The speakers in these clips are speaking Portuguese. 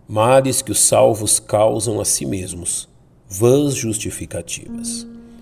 Males que os salvos causam a si mesmos, vãs justificativas.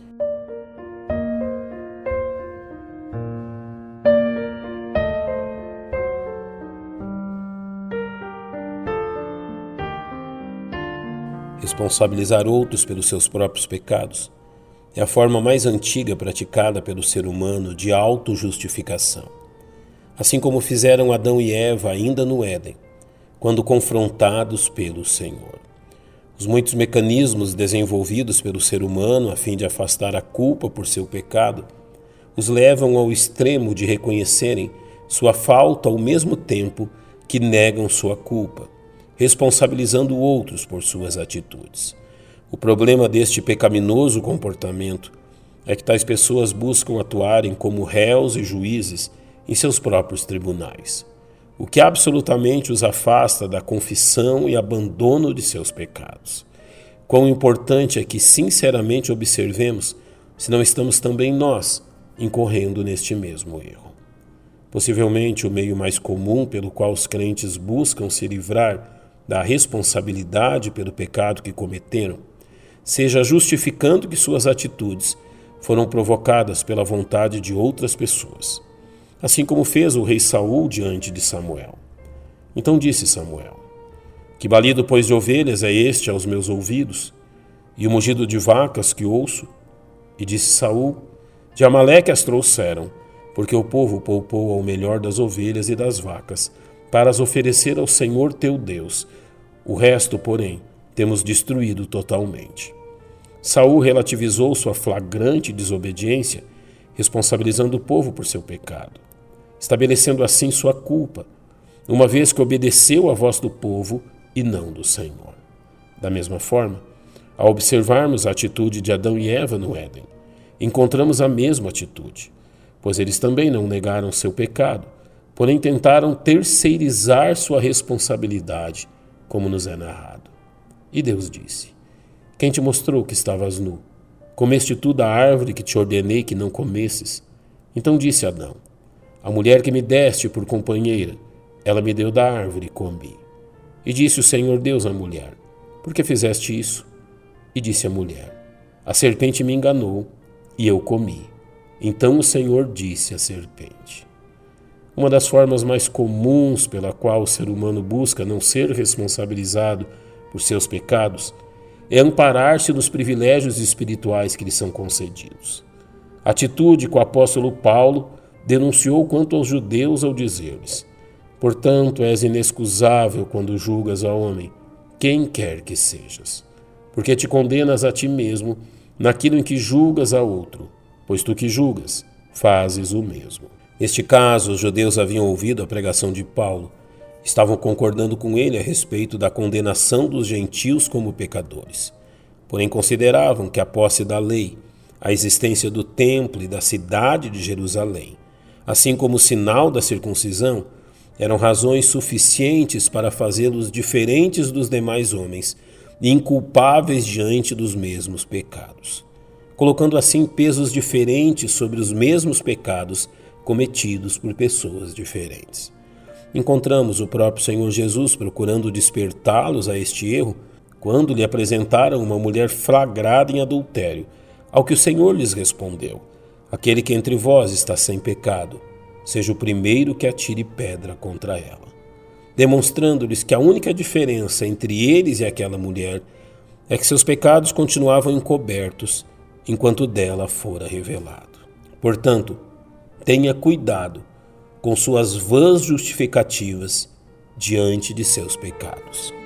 Responsabilizar outros pelos seus próprios pecados é a forma mais antiga praticada pelo ser humano de autojustificação. Assim como fizeram Adão e Eva ainda no Éden, quando confrontados pelo Senhor. Os muitos mecanismos desenvolvidos pelo ser humano a fim de afastar a culpa por seu pecado os levam ao extremo de reconhecerem sua falta ao mesmo tempo que negam sua culpa, responsabilizando outros por suas atitudes. O problema deste pecaminoso comportamento é que tais pessoas buscam atuarem como réus e juízes em seus próprios tribunais, o que absolutamente os afasta da confissão e abandono de seus pecados. Quão importante é que sinceramente observemos se não estamos também nós incorrendo neste mesmo erro. Possivelmente o meio mais comum pelo qual os crentes buscam se livrar da responsabilidade pelo pecado que cometeram seja justificando que suas atitudes foram provocadas pela vontade de outras pessoas, assim como fez o rei Saul diante de Samuel. Então disse Samuel: Que balido, pois, de ovelhas é este aos meus ouvidos, e o mugido de vacas que ouço? E disse Saul: De Amaleque as trouxeram, porque o povo poupou ao melhor das ovelhas e das vacas, para as oferecer ao Senhor teu Deus. O resto, porém, temos destruído totalmente. Saul relativizou sua flagrante desobediência, responsabilizando o povo por seu pecado, estabelecendo assim sua culpa, uma vez que obedeceu à voz do povo e não do Senhor. Da mesma forma, ao observarmos a atitude de Adão e Eva no Éden, encontramos a mesma atitude, pois eles também não negaram seu pecado, porém tentaram terceirizar sua responsabilidade, como nos é narrado. E Deus disse: Quem te mostrou que estavas nu? Comeste tu da árvore que te ordenei que não comesses? Então disse Adão: A mulher que me deste por companheira, ela me deu da árvore e comi. E disse o Senhor Deus à mulher: Por que fizeste isso? E disse a mulher: A serpente me enganou e eu comi. Então o Senhor disse à serpente. Uma das formas mais comuns pela qual o ser humano busca não ser responsabilizado por seus pecados é amparar-se nos privilégios espirituais que lhe são concedidos. Atitude que o apóstolo Paulo denunciou quanto aos judeus ao dizer-lhes: Portanto, és inexcusável quando julgas ao homem, quem quer que sejas, porque te condenas a ti mesmo naquilo em que julgas a outro, pois tu que julgas, fazes o mesmo. Neste caso, os judeus haviam ouvido a pregação de Paulo, estavam concordando com ele a respeito da condenação dos gentios como pecadores. Porém, consideravam que a posse da lei, a existência do templo e da cidade de Jerusalém, assim como o sinal da circuncisão, eram razões suficientes para fazê-los diferentes dos demais homens e inculpáveis diante dos mesmos pecados, colocando assim pesos diferentes sobre os mesmos pecados cometidos por pessoas diferentes. Encontramos o próprio Senhor Jesus procurando despertá-los a este erro quando lhe apresentaram uma mulher flagrada em adultério, ao que o Senhor lhes respondeu: Aquele que entre vós está sem pecado, seja o primeiro que atire pedra contra ela, demonstrando-lhes que a única diferença entre eles e aquela mulher é que seus pecados continuavam encobertos enquanto dela fora revelado. Portanto, tenha cuidado com suas vãs justificativas diante de seus pecados.